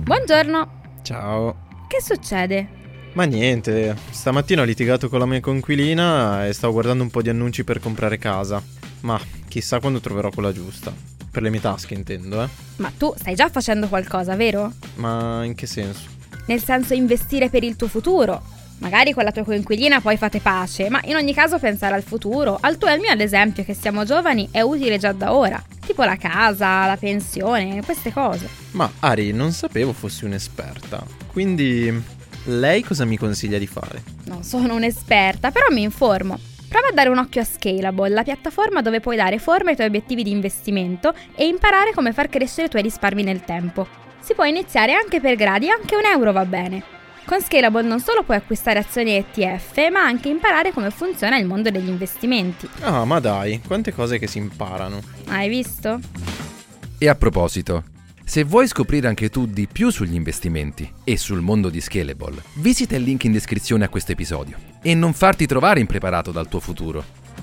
Buongiorno. Ciao. Che succede? Ma niente, stamattina ho litigato con la mia coinquilina e stavo guardando un po' di annunci per comprare casa. Ma chissà quando troverò quella giusta. Per le mie tasche intendo, eh. Ma tu stai già facendo qualcosa, vero? Ma in che senso? Nel senso investire per il tuo futuro. Magari con la tua coinquilina poi fate pace, ma in ogni caso pensare al futuro, al tuo e al mio ad esempio, che siamo giovani, è utile già da ora. Tipo la casa, la pensione, queste cose. Ma Ari, non sapevo fossi un'esperta. Quindi, lei cosa mi consiglia di fare? Non sono un'esperta, però mi informo. Prova a dare un occhio a Scalable, la piattaforma dove puoi dare forma ai tuoi obiettivi di investimento e imparare come far crescere i tuoi risparmi nel tempo. Si può iniziare anche per gradi, anche €1 va bene. Con Scalable non solo puoi acquistare azioni e ETF, ma anche imparare come funziona il mondo degli investimenti. Ah, ma dai, quante cose che si imparano. Hai visto? E a proposito, se vuoi scoprire anche tu di più sugli investimenti e sul mondo di Scalable, visita il link in descrizione a questo episodio e non farti trovare impreparato dal tuo futuro.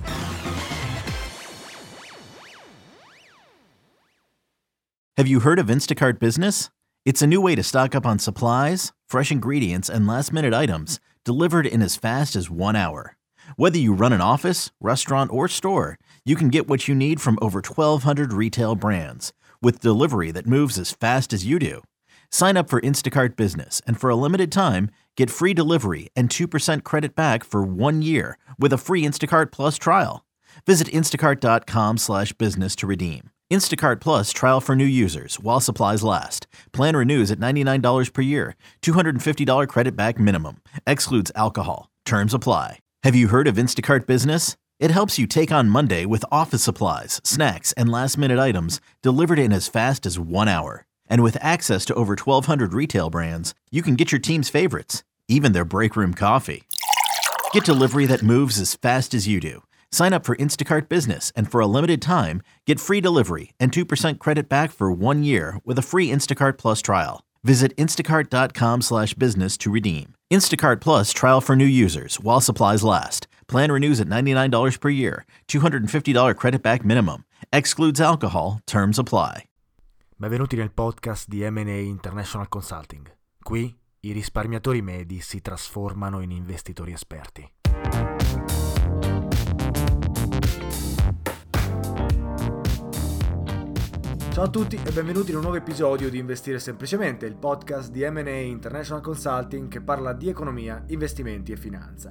Have you heard of Instacart Business? It's a new way to stock up on supplies, fresh ingredients, and last-minute items delivered in as fast as 1 hour. Whether you run an office, restaurant, or store, you can get what you need from over 1,200 retail brands with delivery that moves as fast as you do. Sign up for Instacart Business and for a limited time, get free delivery and 2% credit back for 1 year with a free Instacart Plus trial. Visit instacart.com/business to redeem. Instacart Plus trial for new users while supplies last. Plan renews at $99 per year. $250 credit back minimum. Excludes alcohol. Terms apply. Have you heard of Instacart Business? It helps you take on Monday with office supplies, snacks, and last-minute items delivered in as fast as 1 hour. And with access to over 1,200 retail brands, you can get your team's favorites, even their break room coffee. Get delivery that moves as fast as you do. Sign up for Instacart Business and for a limited time, get free delivery and 2% credit back for 1 year with a free Instacart Plus trial. Visit instacart.com/business to redeem. Instacart Plus trial for new users while supplies last. Plan renews at $99 per year. $250 credit back minimum. Excludes alcohol. Terms apply. Benvenuti nel podcast di M&A International Consulting. Qui i risparmiatori medi si trasformano in investitori esperti. Ciao a tutti e benvenuti in un nuovo episodio di Investire Semplicemente, il podcast di M&A International Consulting che parla di economia, investimenti e finanza.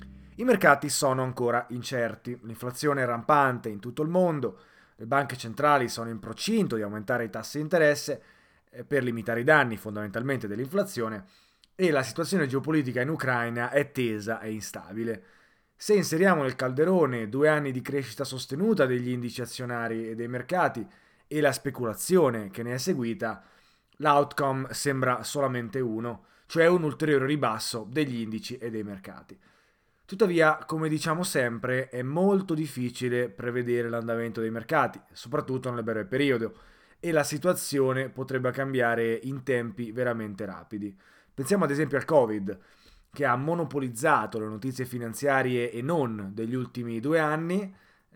I mercati sono ancora incerti, l'inflazione è rampante in tutto il mondo, le banche centrali sono in procinto di aumentare i tassi di interesse per limitare i danni fondamentalmente dell'inflazione e la situazione geopolitica in Ucraina è tesa e instabile. Se inseriamo nel calderone 2 anni di crescita sostenuta degli indici azionari e dei mercati e la speculazione che ne è seguita, l'outcome sembra solamente uno, cioè un ulteriore ribasso degli indici e dei mercati. Tuttavia, come diciamo sempre, è molto difficile prevedere l'andamento dei mercati, soprattutto nel breve periodo, e la situazione potrebbe cambiare in tempi veramente rapidi. Pensiamo ad esempio al Covid, che ha monopolizzato le notizie finanziarie e non degli ultimi 2 anni.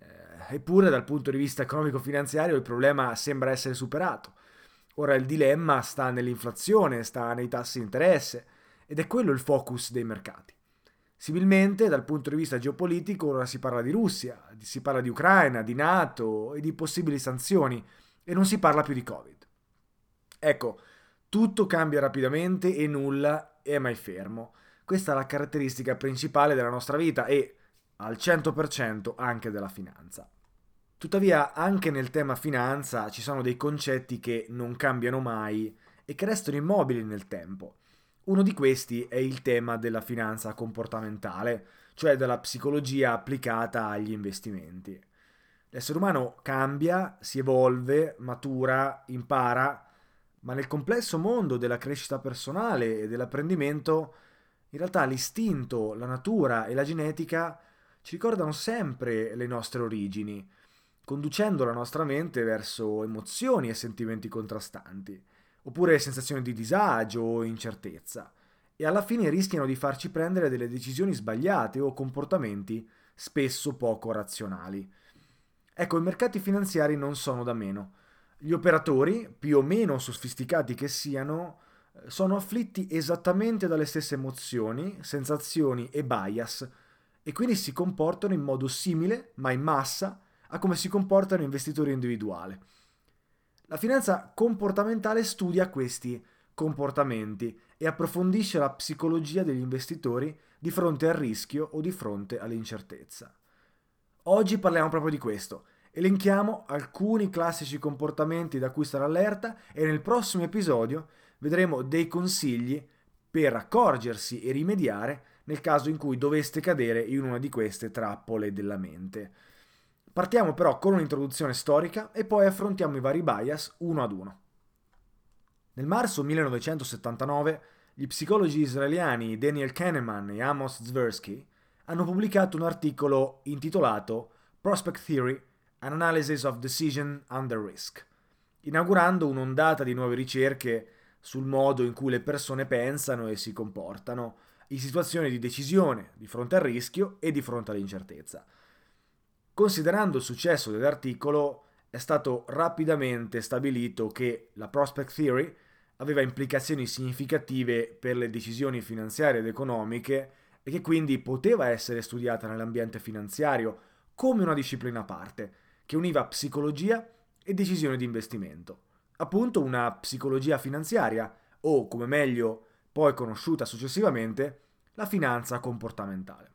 Eppure dal punto di vista economico-finanziario il problema sembra essere superato. Ora il dilemma sta nell'inflazione, sta nei tassi di interesse ed è quello il focus dei mercati. Similmente dal punto di vista geopolitico ora si parla di Russia, si parla di Ucraina, di NATO e di possibili sanzioni e non si parla più di Covid. Ecco, tutto cambia rapidamente e nulla è mai fermo. Questa è la caratteristica principale della nostra vita e al 100% anche della finanza. Tuttavia, anche nel tema finanza ci sono dei concetti che non cambiano mai e che restano immobili nel tempo. Uno di questi è il tema della finanza comportamentale, cioè della psicologia applicata agli investimenti. L'essere umano cambia, si evolve, matura, impara, ma nel complesso mondo della crescita personale e dell'apprendimento, in realtà l'istinto, la natura e la genetica ci ricordano sempre le nostre origini, conducendo la nostra mente verso emozioni e sentimenti contrastanti, oppure sensazioni di disagio o incertezza, e alla fine rischiano di farci prendere delle decisioni sbagliate o comportamenti spesso poco razionali. Ecco, i mercati finanziari non sono da meno. Gli operatori, più o meno sofisticati che siano, sono afflitti esattamente dalle stesse emozioni, sensazioni e bias e quindi si comportano in modo simile, ma in massa, a come si comporta un investitore individuale. La finanza comportamentale studia questi comportamenti e approfondisce la psicologia degli investitori di fronte al rischio o di fronte all'incertezza. Oggi parliamo proprio di questo. Elenchiamo alcuni classici comportamenti da cui stare allerta e nel prossimo episodio vedremo dei consigli per accorgersi e rimediare nel caso in cui doveste cadere in una di queste trappole della mente. Partiamo però con un'introduzione storica e poi affrontiamo i vari bias uno ad uno. Nel marzo 1979 gli psicologi israeliani Daniel Kahneman e Amos Tversky hanno pubblicato un articolo intitolato Prospect Theory, An Analysis of Decision Under Risk, inaugurando un'ondata di nuove ricerche sul modo in cui le persone pensano e si comportano in situazioni di decisione di fronte al rischio e di fronte all'incertezza. Considerando il successo dell'articolo, è stato rapidamente stabilito che la Prospect Theory aveva implicazioni significative per le decisioni finanziarie ed economiche e che quindi poteva essere studiata nell'ambiente finanziario come una disciplina a parte, che univa psicologia e decisioni di investimento. Appunto una psicologia finanziaria, o come meglio poi conosciuta successivamente, la finanza comportamentale.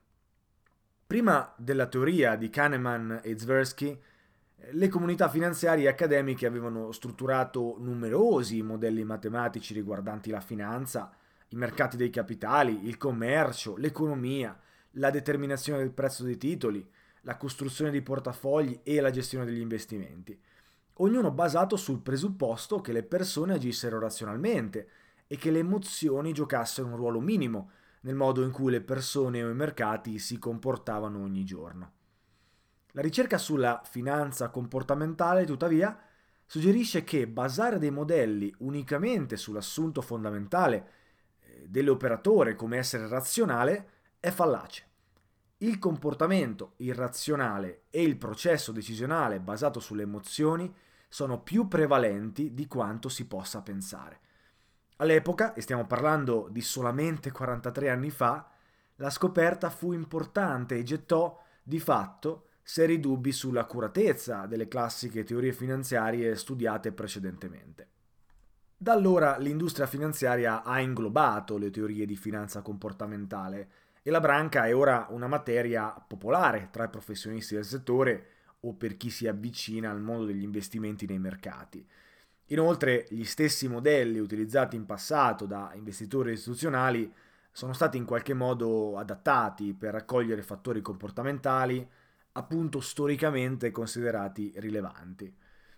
Prima della teoria di Kahneman e Tversky, le comunità finanziarie e accademiche avevano strutturato numerosi modelli matematici riguardanti la finanza, i mercati dei capitali, il commercio, l'economia, la determinazione del prezzo dei titoli, la costruzione di portafogli e la gestione degli investimenti, ognuno basato sul presupposto che le persone agissero razionalmente e che le emozioni giocassero un ruolo minimo nel modo in cui le persone o i mercati si comportavano ogni giorno. La ricerca sulla finanza comportamentale, tuttavia, suggerisce che basare dei modelli unicamente sull'assunto fondamentale dell'operatore come essere razionale è fallace. Il comportamento irrazionale e il processo decisionale basato sulle emozioni sono più prevalenti di quanto si possa pensare. All'epoca, e stiamo parlando di solamente 43 anni fa, la scoperta fu importante e gettò, di fatto, seri dubbi sull'accuratezza delle classiche teorie finanziarie studiate precedentemente. Da allora l'industria finanziaria ha inglobato le teorie di finanza comportamentale e la branca è ora una materia popolare tra i professionisti del settore o per chi si avvicina al mondo degli investimenti nei mercati. Inoltre, gli stessi modelli utilizzati in passato da investitori istituzionali sono stati in qualche modo adattati per raccogliere fattori comportamentali, appunto storicamente considerati rilevanti.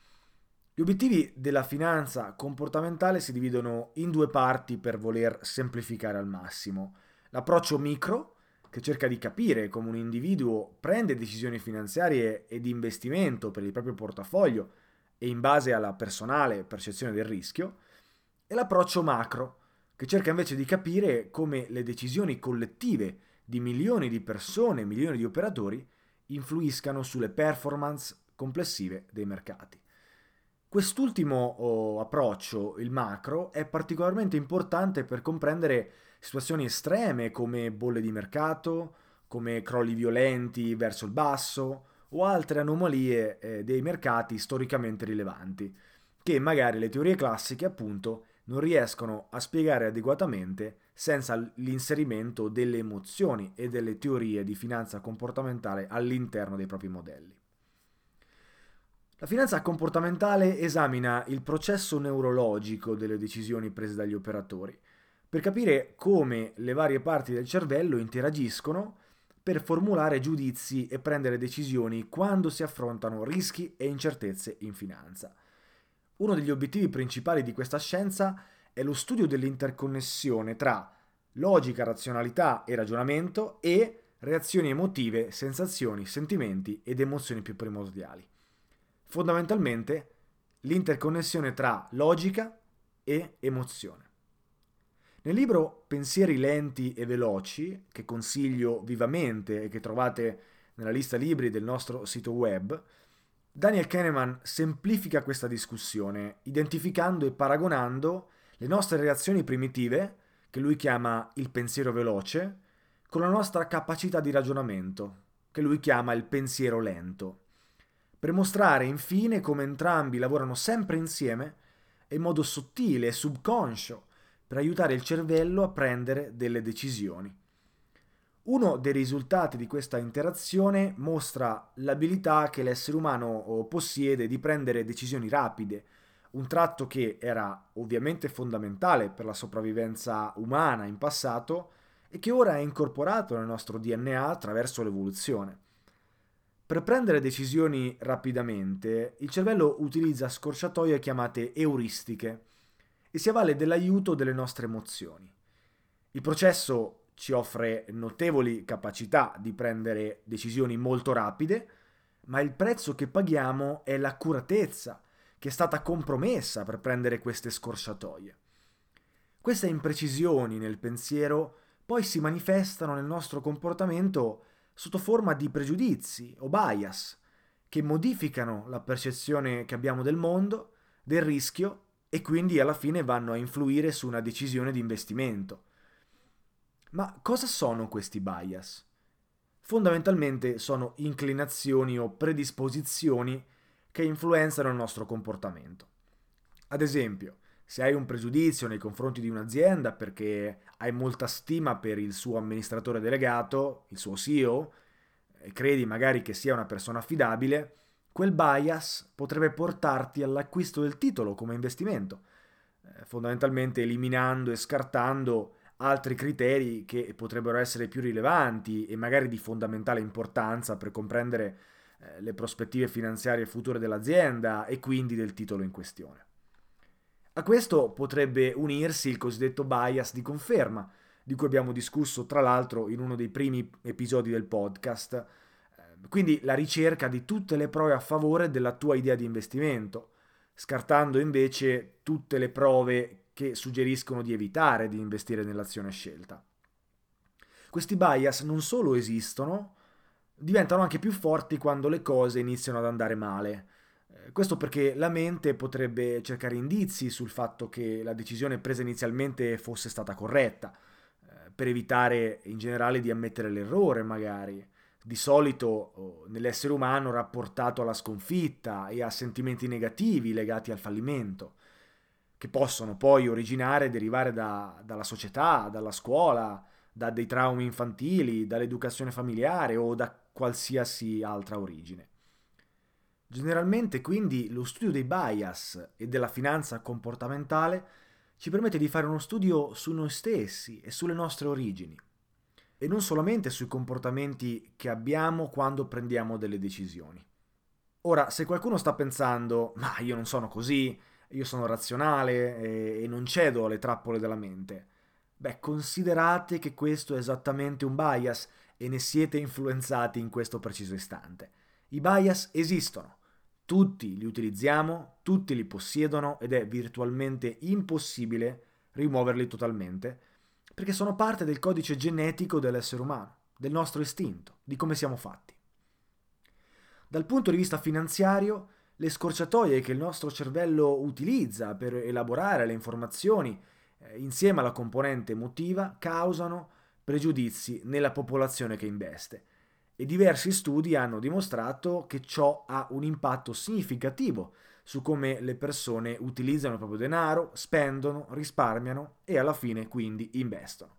Gli obiettivi della finanza comportamentale si dividono in due parti per voler semplificare al massimo. L'approccio micro, che cerca di capire come un individuo prende decisioni finanziarie e di investimento per il proprio portafoglio e in base alla personale percezione del rischio, e l'approccio macro, che cerca invece di capire come le decisioni collettive di milioni di persone, milioni di operatori, influiscano sulle performance complessive dei mercati. Quest'ultimo approccio, il macro, è particolarmente importante per comprendere situazioni estreme come bolle di mercato, come crolli violenti verso il basso o altre anomalie dei mercati storicamente rilevanti, che magari le teorie classiche appunto non riescono a spiegare adeguatamente senza l'inserimento delle emozioni e delle teorie di finanza comportamentale all'interno dei propri modelli. La finanza comportamentale esamina il processo neurologico delle decisioni prese dagli operatori, per capire come le varie parti del cervello interagiscono per formulare giudizi e prendere decisioni quando si affrontano rischi e incertezze in finanza. Uno degli obiettivi principali di questa scienza è lo studio dell'interconnessione tra logica, razionalità e ragionamento e reazioni emotive, sensazioni, sentimenti ed emozioni più primordiali. Fondamentalmente, l'interconnessione tra logica e emozione. Nel libro Pensieri lenti e veloci, che consiglio vivamente e che trovate nella lista libri del nostro sito web, Daniel Kahneman semplifica questa discussione, identificando e paragonando le nostre reazioni primitive, che lui chiama il pensiero veloce, con la nostra capacità di ragionamento, che lui chiama il pensiero lento, per mostrare infine come entrambi lavorano sempre insieme e in modo sottile e subconscio per aiutare il cervello a prendere delle decisioni. Uno dei risultati di questa interazione mostra l'abilità che l'essere umano possiede di prendere decisioni rapide, un tratto che era ovviamente fondamentale per la sopravvivenza umana in passato e che ora è incorporato nel nostro DNA attraverso l'evoluzione. Per prendere decisioni rapidamente, il cervello utilizza scorciatoie chiamate euristiche e si avvale dell'aiuto delle nostre emozioni. Il processo ci offre notevoli capacità di prendere decisioni molto rapide, ma il prezzo che paghiamo è l'accuratezza che è stata compromessa per prendere queste scorciatoie. Queste imprecisioni nel pensiero poi si manifestano nel nostro comportamento sotto forma di pregiudizi o bias che modificano la percezione che abbiamo del mondo, del rischio e quindi alla fine vanno a influire su una decisione di investimento. Ma cosa sono questi bias? Fondamentalmente sono inclinazioni o predisposizioni che influenzano il nostro comportamento. Ad esempio, se hai un pregiudizio nei confronti di un'azienda perché hai molta stima per il suo amministratore delegato, il suo CEO, e credi magari che sia una persona affidabile, quel bias potrebbe portarti all'acquisto del titolo come investimento, fondamentalmente eliminando e scartando altri criteri che potrebbero essere più rilevanti e magari di fondamentale importanza per comprendere le prospettive finanziarie future dell'azienda e quindi del titolo in questione. A questo potrebbe unirsi il cosiddetto bias di conferma, di cui abbiamo discusso tra l'altro in uno dei primi episodi del podcast, quindi la ricerca di tutte le prove a favore della tua idea di investimento, scartando invece tutte le prove che suggeriscono di evitare di investire nell'azione scelta. Questi bias non solo esistono, diventano anche più forti quando le cose iniziano ad andare male. Questo perché la mente potrebbe cercare indizi sul fatto che la decisione presa inizialmente fosse stata corretta, per evitare in generale di ammettere l'errore magari, di solito nell'essere umano rapportato alla sconfitta e a sentimenti negativi legati al fallimento, che possono poi originare e derivare dalla società, dalla scuola, da dei traumi infantili, dall'educazione familiare o da qualsiasi altra origine. Generalmente quindi lo studio dei bias e della finanza comportamentale ci permette di fare uno studio su noi stessi e sulle nostre origini e non solamente sui comportamenti che abbiamo quando prendiamo delle decisioni. Ora, se qualcuno sta pensando ma io non sono così, io sono razionale e non cedo alle trappole della mente, considerate che questo è esattamente un bias e ne siete influenzati in questo preciso istante. I bias esistono. Tutti li utilizziamo, tutti li possiedono ed è virtualmente impossibile rimuoverli totalmente perché sono parte del codice genetico dell'essere umano, del nostro istinto, di come siamo fatti. Dal punto di vista finanziario, le scorciatoie che il nostro cervello utilizza per elaborare le informazioni insieme alla componente emotiva causano pregiudizi nella popolazione che investe. E diversi studi hanno dimostrato che ciò ha un impatto significativo su come le persone utilizzano il proprio denaro, spendono, risparmiano e alla fine quindi investono.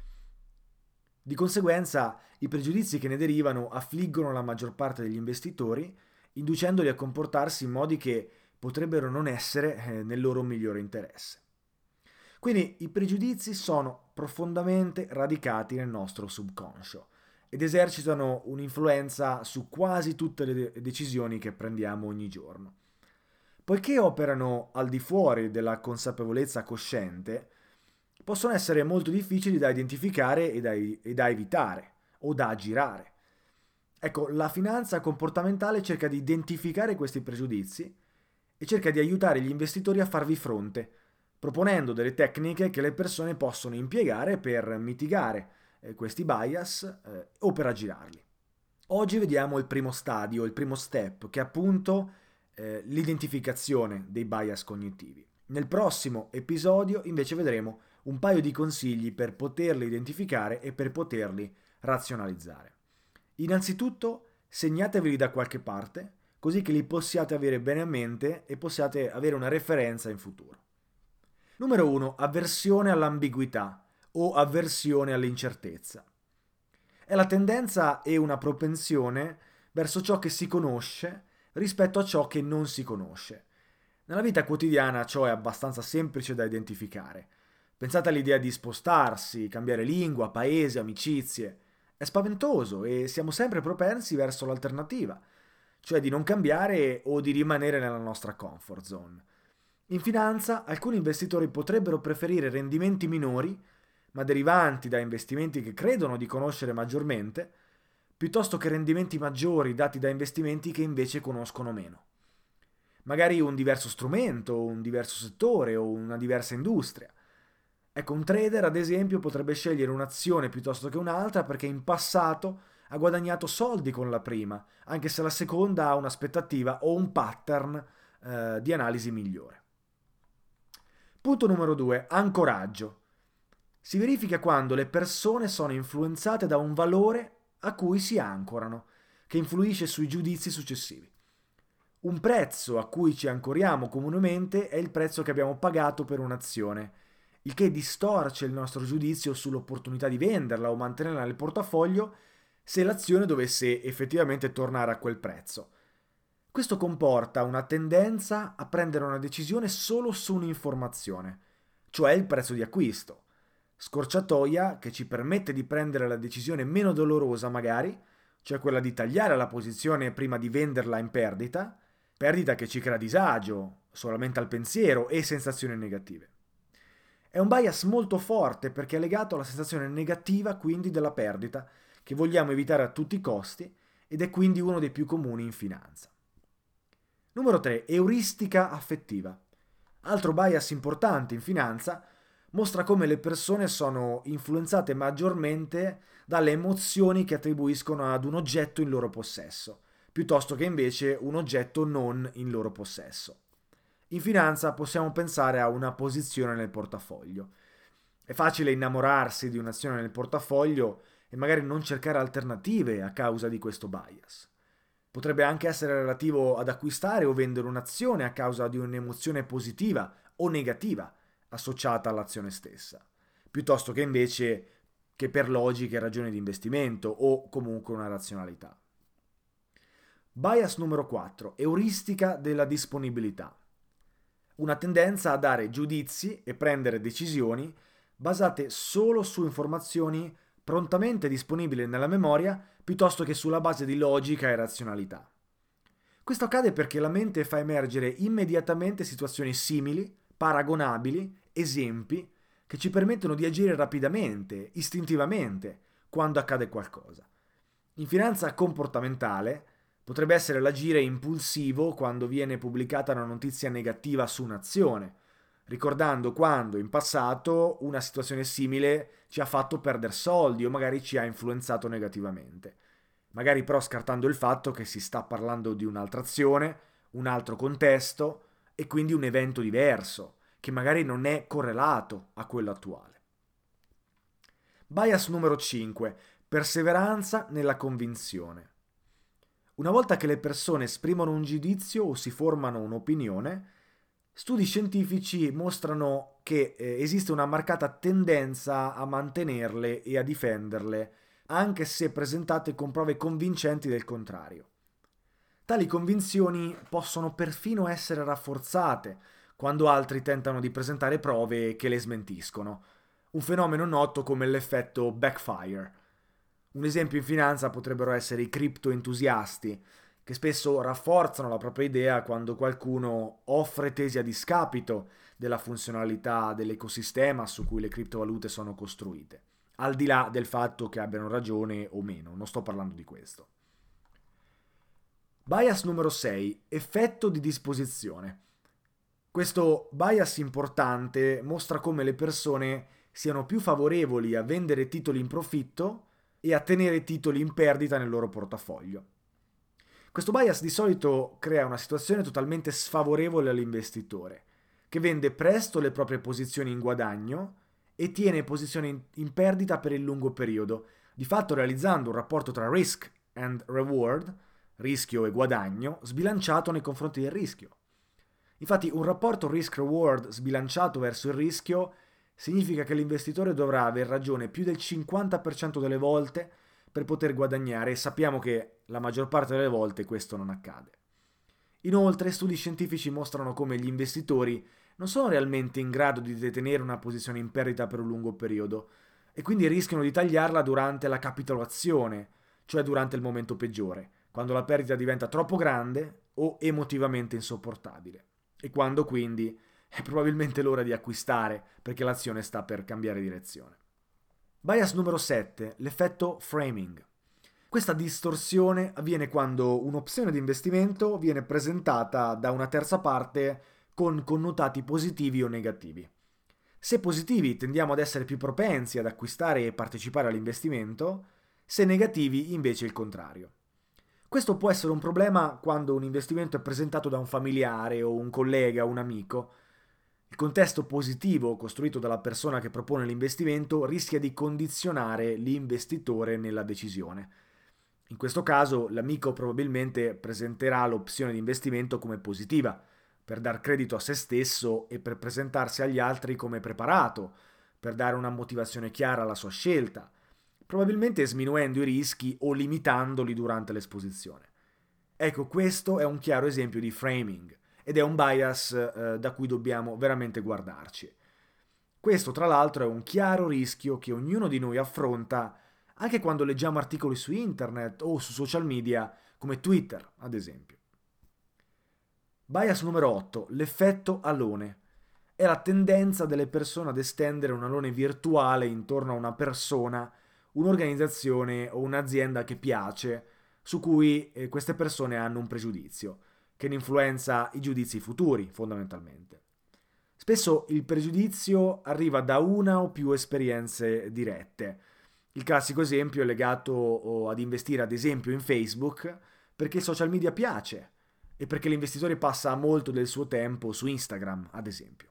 Di conseguenza, i pregiudizi che ne derivano affliggono la maggior parte degli investitori, inducendoli a comportarsi in modi che potrebbero non essere nel loro migliore interesse. Quindi i pregiudizi sono profondamente radicati nel nostro subconscio ed esercitano un'influenza su quasi tutte le decisioni che prendiamo ogni giorno. Poiché operano al di fuori della consapevolezza cosciente, possono essere molto difficili da identificare e da evitare o da aggirare. Ecco, la finanza comportamentale cerca di identificare questi pregiudizi e cerca di aiutare gli investitori a farvi fronte, proponendo delle tecniche che le persone possono impiegare per mitigare questi bias o per aggirarli. Oggi vediamo il primo stadio, il primo step, che è appunto l'identificazione dei bias cognitivi. Nel prossimo episodio invece vedremo un paio di consigli per poterli identificare e per poterli razionalizzare. Innanzitutto segnateveli da qualche parte, così che li possiate avere bene a mente e possiate avere una referenza in futuro. Numero 1. Avversione all'ambiguità o avversione all'incertezza. È la tendenza e una propensione verso ciò che si conosce rispetto a ciò che non si conosce. Nella vita quotidiana ciò è abbastanza semplice da identificare. Pensate all'idea di spostarsi, cambiare lingua, paese, amicizie. È spaventoso e siamo sempre propensi verso l'alternativa, cioè di non cambiare o di rimanere nella nostra comfort zone. In finanza, alcuni investitori potrebbero preferire rendimenti minori, ma derivanti da investimenti che credono di conoscere maggiormente, piuttosto che rendimenti maggiori dati da investimenti che invece conoscono meno. Magari un diverso strumento, un diverso settore o una diversa industria. Ecco, un trader ad esempio potrebbe scegliere un'azione piuttosto che un'altra perché in passato ha guadagnato soldi con la prima, anche se la seconda ha un'aspettativa o un pattern di analisi migliore. Punto numero 2. Ancoraggio. Si verifica quando le persone sono influenzate da un valore a cui si ancorano, che influisce sui giudizi successivi. Un prezzo a cui ci ancoriamo comunemente è il prezzo che abbiamo pagato per un'azione, il che distorce il nostro giudizio sull'opportunità di venderla o mantenerla nel portafoglio se l'azione dovesse effettivamente tornare a quel prezzo. Questo comporta una tendenza a prendere una decisione solo su un'informazione, cioè il prezzo di acquisto. Scorciatoia che ci permette di prendere la decisione meno dolorosa magari, cioè quella di tagliare la posizione prima di venderla in perdita che ci crea disagio, solamente al pensiero e sensazioni negative. È un bias molto forte perché è legato alla sensazione negativa quindi della perdita, che vogliamo evitare a tutti i costi ed è quindi uno dei più comuni in finanza. Numero 3. Euristica affettiva. Altro bias importante in finanza, mostra come le persone sono influenzate maggiormente dalle emozioni che attribuiscono ad un oggetto in loro possesso, piuttosto che invece un oggetto non in loro possesso. In finanza possiamo pensare a una posizione nel portafoglio. È facile innamorarsi di un'azione nel portafoglio e magari non cercare alternative a causa di questo bias. Potrebbe anche essere relativo ad acquistare o vendere un'azione a causa di un'emozione positiva o negativa associata all'azione stessa, piuttosto che invece che per logiche e ragioni di investimento o comunque una razionalità. Bias numero 4. Euristica della disponibilità. Una tendenza a dare giudizi e prendere decisioni basate solo su informazioni prontamente disponibili nella memoria piuttosto che sulla base di logica e razionalità. Questo accade perché la mente fa emergere immediatamente situazioni simili, paragonabili, esempi che ci permettono di agire rapidamente, istintivamente, quando accade qualcosa. In finanza comportamentale potrebbe essere l'agire impulsivo quando viene pubblicata una notizia negativa su un'azione, ricordando quando in passato una situazione simile ci ha fatto perdere soldi o magari ci ha influenzato negativamente. Magari però scartando il fatto che si sta parlando di un'altra azione, un altro contesto e quindi un evento diverso, che magari non è correlato a quello attuale. Bias numero 5. Perseveranza nella convinzione. Una volta che le persone esprimono un giudizio o si formano un'opinione, studi scientifici mostrano che esiste una marcata tendenza a mantenerle e a difenderle, anche se presentate con prove convincenti del contrario. Tali convinzioni possono perfino essere rafforzate quando altri tentano di presentare prove che le smentiscono, un fenomeno noto come l'effetto backfire. Un esempio in finanza potrebbero essere i criptoentusiasti, che spesso rafforzano la propria idea quando qualcuno offre tesi a discapito della funzionalità dell'ecosistema su cui le criptovalute sono costruite, al di là del fatto che abbiano ragione o meno, non sto parlando di questo. Bias numero 6. Effetto di disposizione. Questo bias importante mostra come le persone siano più favorevoli a vendere titoli in profitto e a tenere titoli in perdita nel loro portafoglio. Questo bias di solito crea una situazione totalmente sfavorevole all'investitore, che vende presto le proprie posizioni in guadagno e tiene posizioni in perdita per il lungo periodo, di fatto realizzando un rapporto tra risk and reward, rischio e guadagno, sbilanciato nei confronti del rischio. Infatti un rapporto risk-reward sbilanciato verso il rischio significa che l'investitore dovrà aver ragione più del 50% delle volte per poter guadagnare, e sappiamo che la maggior parte delle volte questo non accade. Inoltre, studi scientifici mostrano come gli investitori non sono realmente in grado di detenere una posizione in perdita per un lungo periodo e quindi rischiano di tagliarla durante la capitolazione, cioè durante il momento peggiore, quando la perdita diventa troppo grande o emotivamente insopportabile, e quando quindi è probabilmente l'ora di acquistare perché l'azione sta per cambiare direzione. Bias numero 7, l'effetto framing. Questa distorsione avviene quando un'opzione di investimento viene presentata da una terza parte con connotati positivi o negativi. Se positivi tendiamo ad essere più propensi ad acquistare e partecipare all'investimento, se negativi invece il contrario. Questo può essere un problema quando un investimento è presentato da un familiare o un collega o un amico. Il contesto positivo costruito dalla persona che propone l'investimento rischia di condizionare l'investitore nella decisione. In questo caso l'amico probabilmente presenterà l'opzione di investimento come positiva, per dar credito a se stesso e per presentarsi agli altri come preparato, per dare una motivazione chiara alla sua scelta, probabilmente sminuendo i rischi o limitandoli durante l'esposizione. Ecco, questo è un chiaro esempio di framing ed è un bias da cui dobbiamo veramente guardarci. Questo, tra l'altro, è un chiaro rischio che ognuno di noi affronta anche quando leggiamo articoli su internet o su social media come Twitter, ad esempio. Bias numero 8, l'effetto alone. È la tendenza delle persone ad estendere un alone virtuale intorno a una persona, un'organizzazione o un'azienda che piace, su cui queste persone hanno un pregiudizio, che ne influenza i giudizi futuri, fondamentalmente. Spesso il pregiudizio arriva da una o più esperienze dirette. Il classico esempio è legato ad investire, ad esempio, in Facebook, perché il social media piace e perché l'investitore passa molto del suo tempo su Instagram, ad esempio.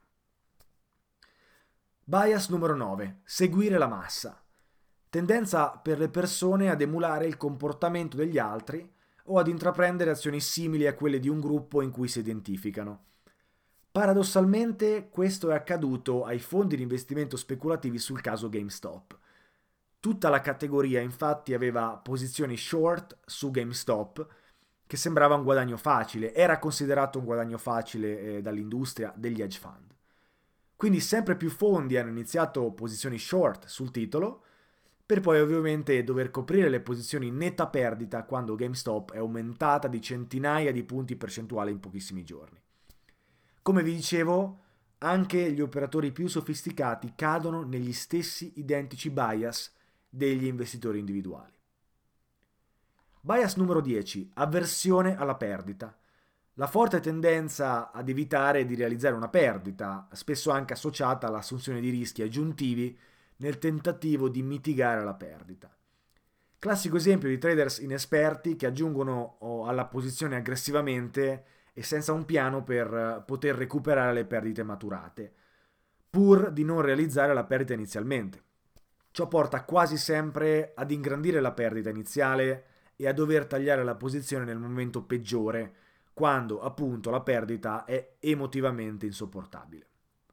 Bias numero 9. Seguire la massa. Tendenza per le persone ad emulare il comportamento degli altri o ad intraprendere azioni simili a quelle di un gruppo in cui si identificano. Paradossalmente, questo è accaduto ai fondi di investimento speculativi sul caso GameStop. Tutta la categoria infatti aveva posizioni short su GameStop, che sembrava un guadagno facile, era considerato un guadagno facile dall'industria degli hedge fund. Quindi sempre più fondi hanno iniziato posizioni short sul titolo, per poi ovviamente dover coprire le posizioni in netta perdita quando GameStop è aumentata di centinaia di punti percentuali in pochissimi giorni. Come vi dicevo, anche gli operatori più sofisticati cadono negli stessi identici bias degli investitori individuali. Bias numero 10. Avversione alla perdita. La forte tendenza ad evitare di realizzare una perdita, spesso anche associata all'assunzione di rischi aggiuntivi nel tentativo di mitigare la perdita. Classico esempio di traders inesperti che aggiungono alla posizione aggressivamente e senza un piano per poter recuperare le perdite maturate, pur di non realizzare la perdita inizialmente. Ciò porta quasi sempre ad ingrandire la perdita iniziale e a dover tagliare la posizione nel momento peggiore, quando appunto la perdita è emotivamente insopportabile.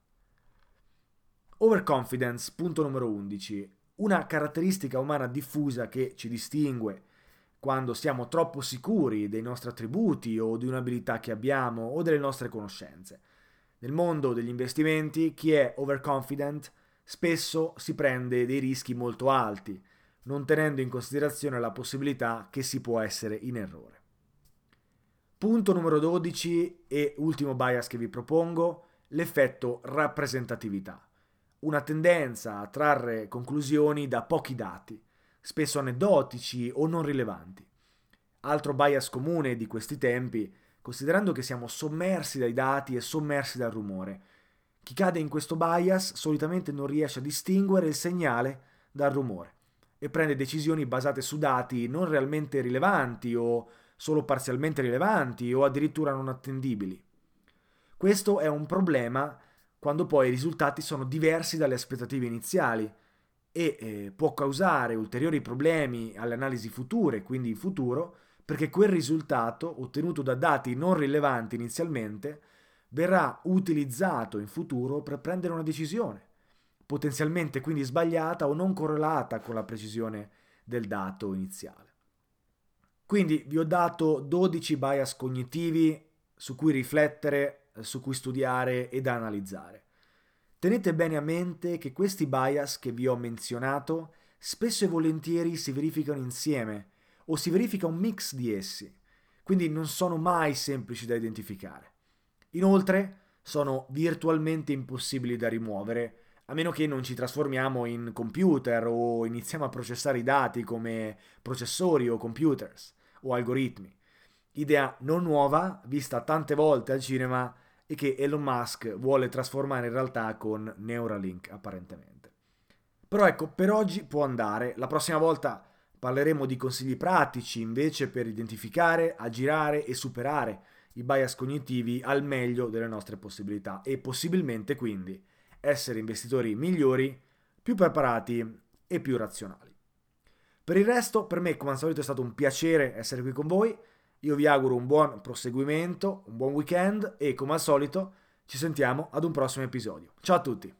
Overconfidence, punto numero 11. Una caratteristica umana diffusa che ci distingue quando siamo troppo sicuri dei nostri attributi o di un'abilità che abbiamo o delle nostre conoscenze. Nel mondo degli investimenti, chi è overconfident spesso si prende dei rischi molto alti, non tenendo in considerazione la possibilità che si può essere in errore. Punto numero 12 e ultimo bias che vi propongo, l'effetto rappresentatività. Una tendenza a trarre conclusioni da pochi dati, spesso aneddotici o non rilevanti. Altro bias comune di questi tempi, considerando che siamo sommersi dai dati e sommersi dal rumore. Chi cade in questo bias solitamente non riesce a distinguere il segnale dal rumore e prende decisioni basate su dati non realmente rilevanti o solo parzialmente rilevanti o addirittura non attendibili. Questo è un problema quando poi i risultati sono diversi dalle aspettative iniziali e può causare ulteriori problemi alle analisi future, quindi in futuro, perché quel risultato ottenuto da dati non rilevanti inizialmente verrà utilizzato in futuro per prendere una decisione, potenzialmente quindi sbagliata o non correlata con la precisione del dato iniziale. Quindi vi ho dato 12 bias cognitivi su cui riflettere, su cui studiare ed analizzare. Tenete bene a mente che questi bias che vi ho menzionato spesso e volentieri si verificano insieme o si verifica un mix di essi, quindi non sono mai semplici da identificare. Inoltre sono virtualmente impossibili da rimuovere, a meno che non ci trasformiamo in computer o iniziamo a processare i dati come processori o computers o algoritmi. Idea non nuova, vista tante volte al cinema e che Elon Musk vuole trasformare in realtà con Neuralink apparentemente. Però ecco, per oggi può andare. La prossima volta parleremo di consigli pratici invece per identificare, aggirare e superare i bias cognitivi al meglio delle nostre possibilità e possibilmente quindi essere investitori migliori, più preparati e più razionali. Per il resto, per me come al solito è stato un piacere essere qui con voi. Io vi auguro un buon proseguimento, un buon weekend e come al solito ci sentiamo ad un prossimo episodio. Ciao a tutti!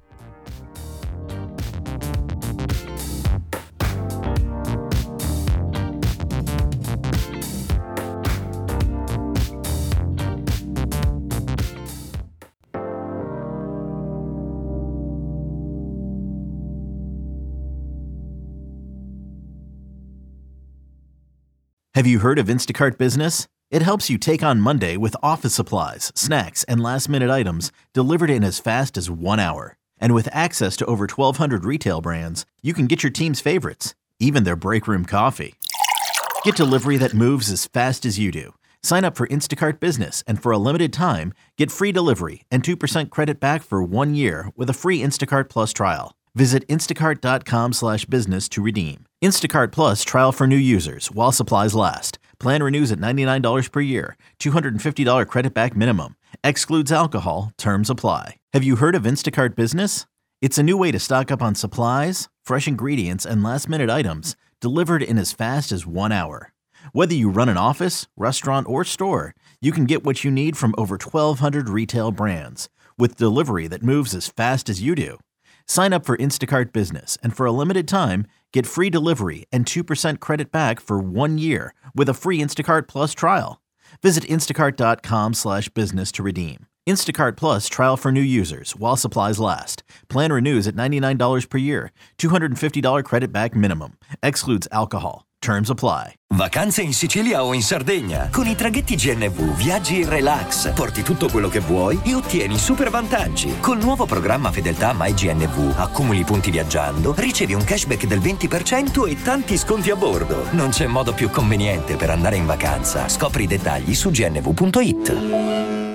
Have you heard of Instacart Business? It helps you take on Monday with office supplies, snacks, and last-minute items delivered in as fast as 1 hour. And with access to over 1,200 retail brands, you can get your team's favorites, even their break room coffee. Get delivery that moves as fast as you do. Sign up for Instacart Business, and for a limited time, get free delivery and 2% credit back for 1 year with a free Instacart Plus trial. Visit instacart.com/business to redeem. Instacart Plus trial for new users while supplies last. Plan renews at $99 per year. $250 credit back minimum. Excludes alcohol. Terms apply. Have you heard of Instacart Business? It's a new way to stock up on supplies, fresh ingredients, and last-minute items delivered in as fast as 1 hour. Whether you run an office, restaurant, or store, you can get what you need from over 1,200 retail brands with delivery that moves as fast as you do. Sign up for Instacart Business, and for a limited time, get free delivery and 2% credit back for 1 year with a free Instacart Plus trial. Visit instacart.com/business to redeem. Instacart Plus trial for new users while supplies last. Plan renews at $99 per year. $250 credit back minimum. Excludes alcohol. Terms apply. Vacanze in Sicilia o in Sardegna. Con i traghetti GNV viaggi in relax, porti tutto quello che vuoi e ottieni super vantaggi. Col nuovo programma Fedeltà MyGNV accumuli punti viaggiando, ricevi un cashback del 20% e tanti sconti a bordo. Non c'è modo più conveniente per andare in vacanza. Scopri i dettagli su gnv.it.